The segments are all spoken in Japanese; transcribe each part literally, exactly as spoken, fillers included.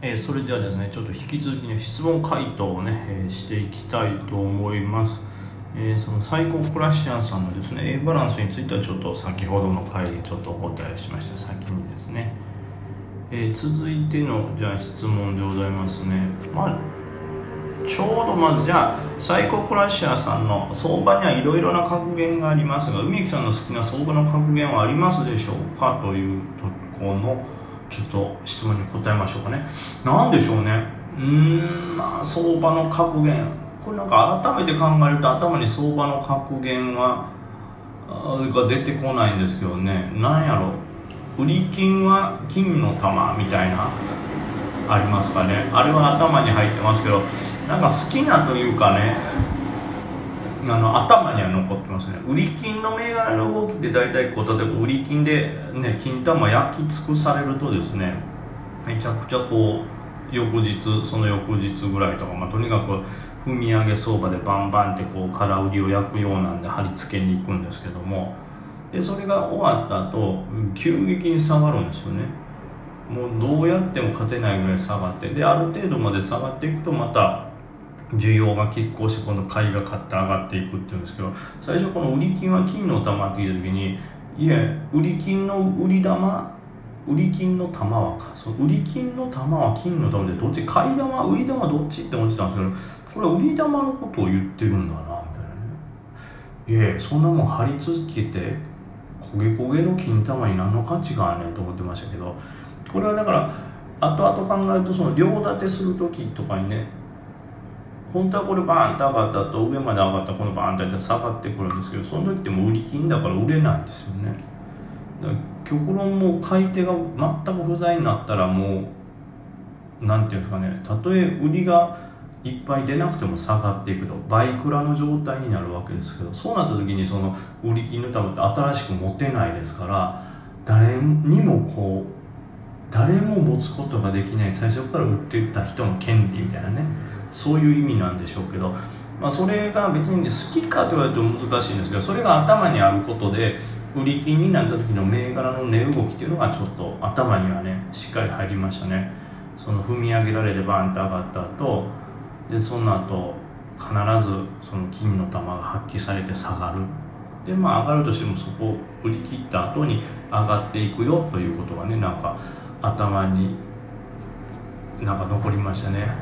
えー、それではですね、ちょっと引き続きね、質問回答をね、えー、していきたいと思います。えー、そのサイコクラシアンさんのですね、A バランスについてはちょっと先ほどの回でちょっとお答えしました。先にですね。えー、続いてのじゃあ質問でございますね。まあちょうどまずじゃあサイコクラシアンさんの相場にはいろいろな格言がありますが、梅木さんの好きな相場の格言はありますでしょうかというところのちょっと質問に答えましょうかね。なんでしょうね。うーん、まあ、相場の格言、これなんか改めて考えると頭に相場の格言はが出てこないんですけどね。なんやろ、売り金は金の玉みたいなありますかね。あれは頭に入ってますけど、なんか好きなというかね、あの頭には残ってますね。売り金の銘柄の動きって大体こう、例えば売り金で、ね、金玉焼き尽くされるとですね、めちゃくちゃこう翌日その翌日ぐらいとか、まあ、とにかく踏み上げ相場でバンバンってこう空売りを焼くようなんで貼り付けに行くんですけども、でそれが終わった後急激に下がるんですよね。もうどうやっても勝てないぐらい下がって、である程度まで下がっていくとまた需要が拮抗して今度買いが買って上がっていくっていうんですけど、最初この売り金は金の玉って聞いた時に、いや売り金の売り玉売り金の玉はか、その売り金の玉は金の玉でどっち、買い玉売り玉どっちって思ってたんですけど、これは売り玉のことを言ってるんだなみたいなね。いやそんなもん貼り続けて焦げ焦げの金玉に何の価値があんねんと思ってましたけど、これはだから後々考えると、その両立てする時とかにね、本当はこれバーンと上がったと上まで上がったこのバーンとやったら下がってくるんですけど、その時ってもう売り金だから売れないんですよね。だから極論もう買い手が全く不在になったら、もうなんていうんですかね、たとえ売りがいっぱい出なくても下がっていくと倍クラの状態になるわけですけど、そうなった時にその売り金の玉って新しく持てないですから、誰にもこう誰も持つことができない、最初から売ってた人の権利みたいなね、そういう意味なんでしょうけど、まあ、それが別に好きかと言われると難しいんですけど、それが頭にあることで売り金になった時の銘柄の値動きっていうのがちょっと頭にはねしっかり入りましたね。その踏み上げられてバーンと上がった後で、その後必ずその金の玉が発揮されて下がる。でまあ上がるとしてもそこを売り切った後に上がっていくよということがね、なんか頭になんか残りましたね。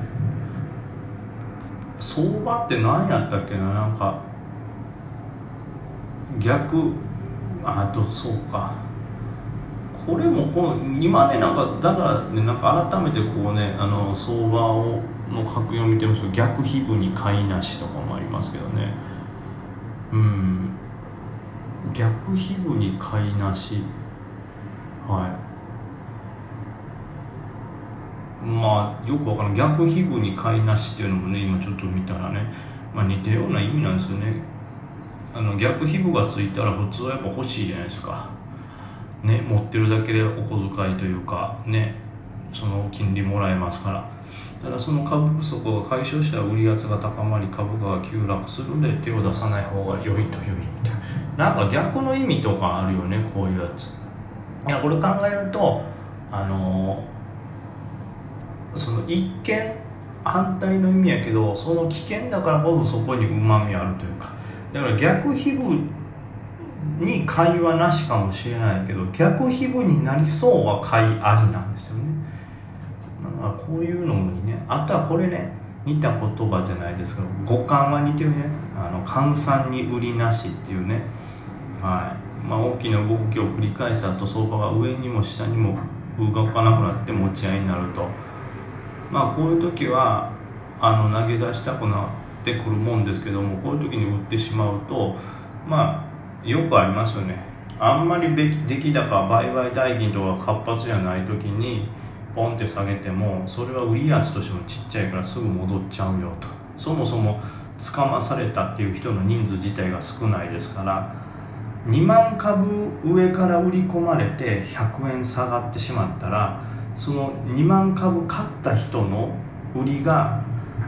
相場って何やったっけな、なんか逆あとそうか、これもこの今ね、なんかだからね、なんか改めてこうね、あの相場をの格言を見てますと、逆皮膚に買いなしとかもありますけどね。うん逆皮膚に買いなし、はいまあよくわからない、逆皮膚に買いなしっていうのもね、今ちょっと見たらね、まあ、似たような意味なんですよね。あの逆皮膚がついたら普通はやっぱ欲しいじゃないですかね、持ってるだけでお小遣いというかね、その金利もらえますから。ただその株不足が解消したら売り圧が高まり株価が急落するので手を出さない方が良いという意味で、なんか逆の意味とかあるよね、こういうやつ。いやこれ考えるとあのーその一見反対の意味やけど、その危険だからこそそこに旨味あるというか、だから逆皮膚に買いはなしかもしれないけど、逆皮膚になりそうは買いありなんですよね。だからこういうのにね、あとはこれね、似た言葉じゃないですけど、五感は似てるね。あの換算に売りなしっていうね、はいまあ、大きな動きを繰り返した後相場が上にも下にも動かなくなって持ち合いになると、まあこういう時はあの投げ出したくなってくるもんですけども、こういう時に売ってしまうと、まあよくありますよね。あんまり出来高売買代金とか活発じゃない時にポンって下げても、それは売り圧としてもちっちゃいからすぐ戻っちゃうよと。そもそも捕まされたっていう人の人数自体が少ないですから、にまんかぶ上から売り込まれてひゃくえん下がってしまったら、そのにまんかぶ買った人の売りが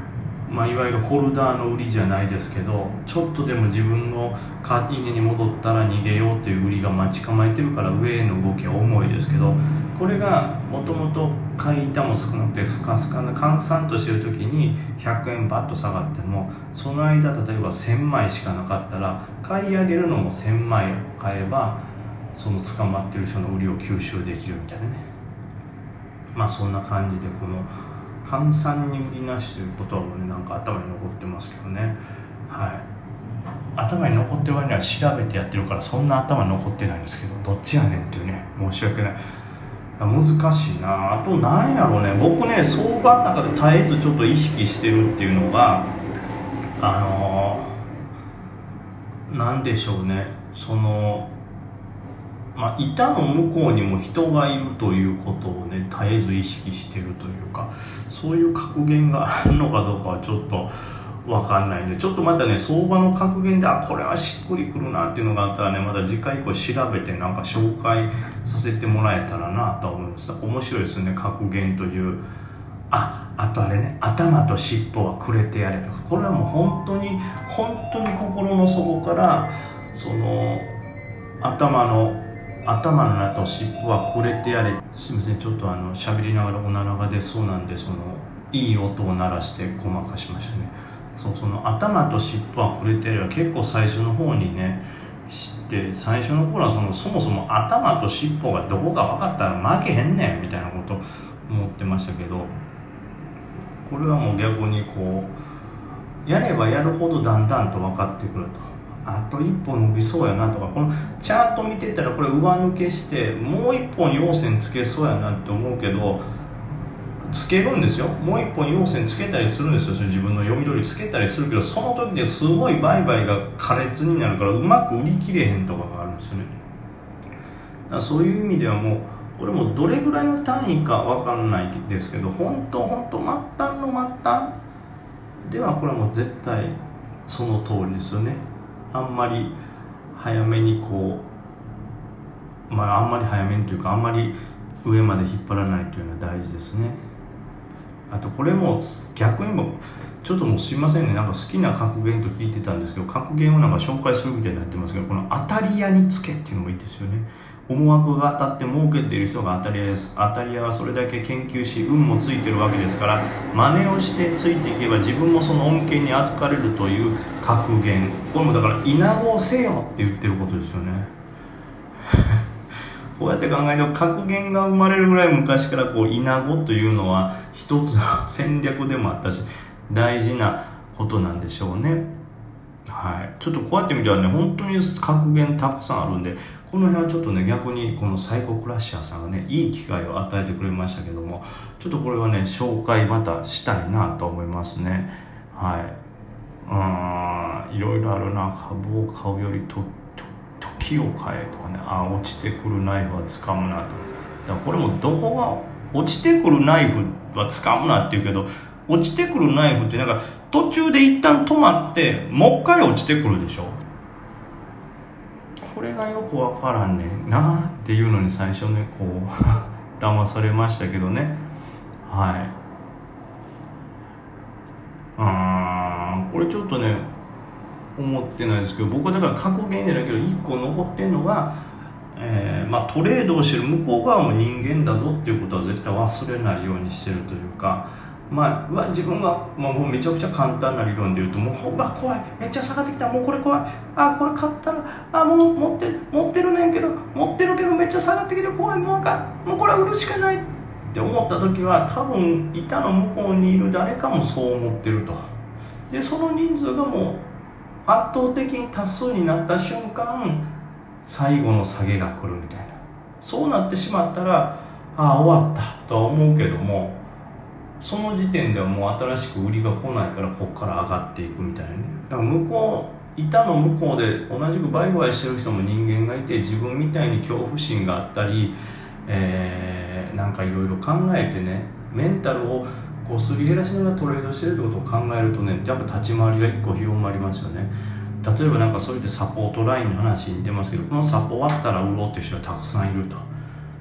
まあ、いわゆるホルダーの売りじゃないですけど、ちょっとでも自分の家に戻ったら逃げようという売りが待ち構えてるから、上への動きは重いですけど、これがもともと買い板も少なくてスカスカな閑散としてる時にひゃくえんバッと下がっても、その間例えばせんまいしかなかったら買い上げるのもせんまい買えば、その捕まってる人の売りを吸収できるみたいなね。まあそんな感じで、この閑散に売りなしという言葉もね、なんか頭に残ってますけどね。はい、頭に残ってる割には調べてやってるから、そんな頭に残ってないんですけど、どっちやねんっていうね、申し訳ない、難しいな。あとなんやろうね、僕ね、相場の中で絶えずちょっと意識してるっていうのが、あのー、なんでしょうね、そのまあ、板の向こうにも人がいるということをね、絶えず意識してるというか、そういう格言があるのかどうかはちょっと分かんないんで、ちょっとまたね、相場の格言で、あ、これはしっくりくるなっていうのがあったらね、また次回以降調べてなんか紹介させてもらえたらなと思います。面白いですね、格言という。あ、あとあれね、頭と尻尾はくれてやれとか、これはもう本当に本当に心の底から、その頭の頭の中と尻尾はくれてやれ。すみません、ちょっとあの喋りながらおならが出そうなんで、そのいい音を鳴らしてごまかしましたね。そう、その頭と尻尾はくれてやれは結構最初の方にね知って、最初の頃はそのそもそも頭と尻尾がどこか分かったら負けへんねんみたいなこと思ってましたけど、これはもう逆にこうやればやるほどだんだんと分かってくると。あと一本伸びそうやなとか、このチャート見てたらこれ上抜けしてもう一本陽線つけそうやなって思うけど、つけるんですよ。もう一本陽線つけたりするんですよ。それ自分の読み通りつけたりするけど、その時ですごい売買が苛烈になるからうまく売り切れへんとかがあるんですよね。だからそういう意味ではもうこれもどれぐらいの単位か分かんないですけど、本当本当末端の末端ではこれはもう絶対その通りですよね。あんまり早めにこう、まああんまり早めにというか、あんまり上まで引っ張らないというのは大事ですね。あとこれも逆にもちょっともうすいませんね、なんか好きな格言と聞いてたんですけど、格言をなんか紹介するみたいになってますけど、この当たり屋につけっていうのもいいですよね。思惑が当たって儲けている人が当たり屋です。当たり屋はそれだけ研究し運もついてるわけですから、真似をしてついていけば自分もその恩恵に預かれるという格言。これもだから稲子をせよって言ってることですよね。こうやって考えると格言が生まれるぐらい昔からこう稲子というのは一つの戦略でもあったし、大事なことなんでしょうね。はい、ちょっとこうやって見たらね、本当に格言たくさんあるんで、この辺はちょっとね、逆にこのサイコクラッシャーさんがね、いい機会を与えてくれましたけども、ちょっとこれはね、紹介またしたいなと思いますね。はい、うーん、いろいろあるな。株を買うよりとと時を買えとかね、あ、落ちてくるナイフは掴むなと。だからこれもどこが落ちてくるナイフは掴むなって言うけど、落ちてくるナイフってなんか途中で一旦止まってもう一回落ちてくるでしょ。これがよくわからんねんなっていうのに最初ね、こう騙されましたけどね。はい、あー、これちょっとね思ってないですけど、僕はだから格言じゃないけど一個残ってんのが、えーまあ、トレードをしてる向こう側も人間だぞっていうことは絶対忘れないようにしてるというか、まあ、自分がもうめちゃくちゃ簡単な理論で言うと、もうほら怖い、めっちゃ下がってきた、もうこれ怖い、あ、これ買ったら、あ、もう持ってる持ってるねんけど持ってるけどめっちゃ下がってきて怖い、もうあかん、もうこれは売るしかないって思った時は、多分板の向こうにいる誰かもそう思ってると。でその人数がもう圧倒的に多数になった瞬間、最後の下げが来るみたいな。そうなってしまったら、ああ終わったとは思うけども、その時点ではもう新しく売りが来ないから、ここから上がっていくみたいなね。だから向こう板の向こうで同じく売買してる人も人間がいて、自分みたいに恐怖心があったり、えー、なんかいろいろ考えてね、メンタルをこうすり減らしながらトレードしてるってことを考えるとね、やっぱ立ち回りが一個広まりますよね。例えばなんかそれでサポートラインの話に出ますけど、このサポ終わったら売ろうっていう人がたくさんいると。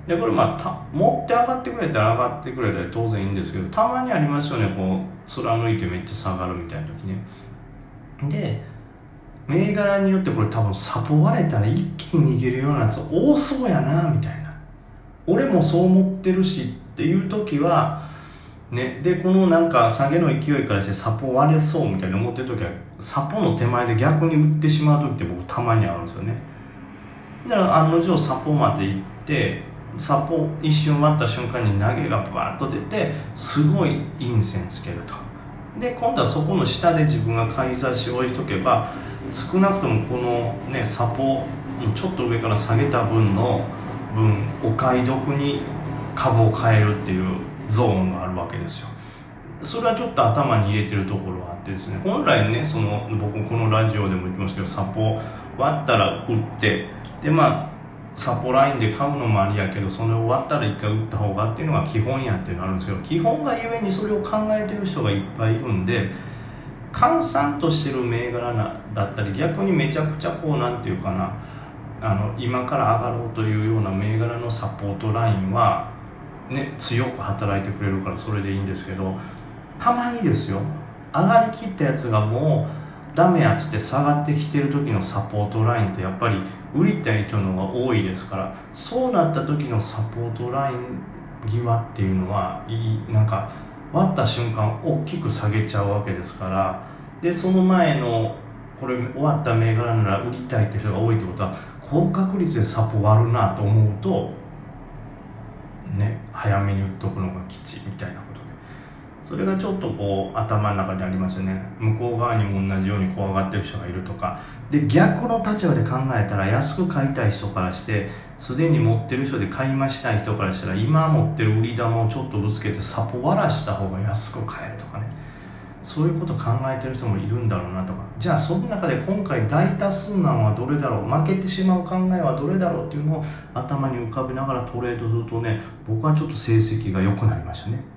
でこれまあた持って上がってくれたら上がってくれたら当然いいんですけど、たまにありますよね、こう貫いてめっちゃ下がるみたいな時ね。で銘柄によってこれ多分サポ割れたら一気に逃げるようなやつ多そうやなみたいな、俺もそう思ってるしっていう時はね、でこのなんか下げの勢いからしてサポ割れそうみたいに思ってる時はサポの手前で逆に打ってしまう時って僕たまにあるんですよね。だから案の定サポまで行ってサポ一瞬割った瞬間に投げがバーッと出てすごい陰線つけると。で今度はそこの下で自分が買い差しを置いとけば少なくともこのねサポのちょっと上から下げた分の分お買い得に株を買えるっていうゾーンがあるわけですよ。それはちょっと頭に入れてるところがあってですね、本来ねその僕このラジオでも言ってますけど、サポ割ったら打ってでまあサポラインで買うのもありやけど、それを割ったら一回打った方がっていうのが基本やっていうのがあるんですけど、基本がゆえにそれを考えてる人がいっぱいいるんで、閑散としてる銘柄なだったり逆にめちゃくちゃこうなんていうかな、あの今から上がろうというような銘柄のサポートラインはね強く働いてくれるからそれでいいんですけど、たまにですよ上がりきったやつがもうダメやっつって下がってきてる時のサポートラインってやっぱり売りたい人の方が多いですから、そうなった時のサポートライン際っていうのはいい、なんか割った瞬間大きく下げちゃうわけですから、でその前のこれ終わった銘柄なら売りたいって人が多いってことは高確率でサポ割るなと思うとね、早めに売っとくのが吉みたいなことで、それがちょっとこう頭の中にありますよね。向こう側にも同じように怖がってる人がいるとかで、逆の立場で考えたら安く買いたい人からしてすでに持ってる人で買い増したい人からしたら今持ってる売り玉をちょっとぶつけてサポ割らした方が安く買えるとかね、そういうこと考えてる人もいるんだろうなとか、じゃあその中で今回大多数なのはどれだろう、負けてしまう考えはどれだろうっていうのを頭に浮かべながらトレードするとね、僕はちょっと成績が良くなりましたね。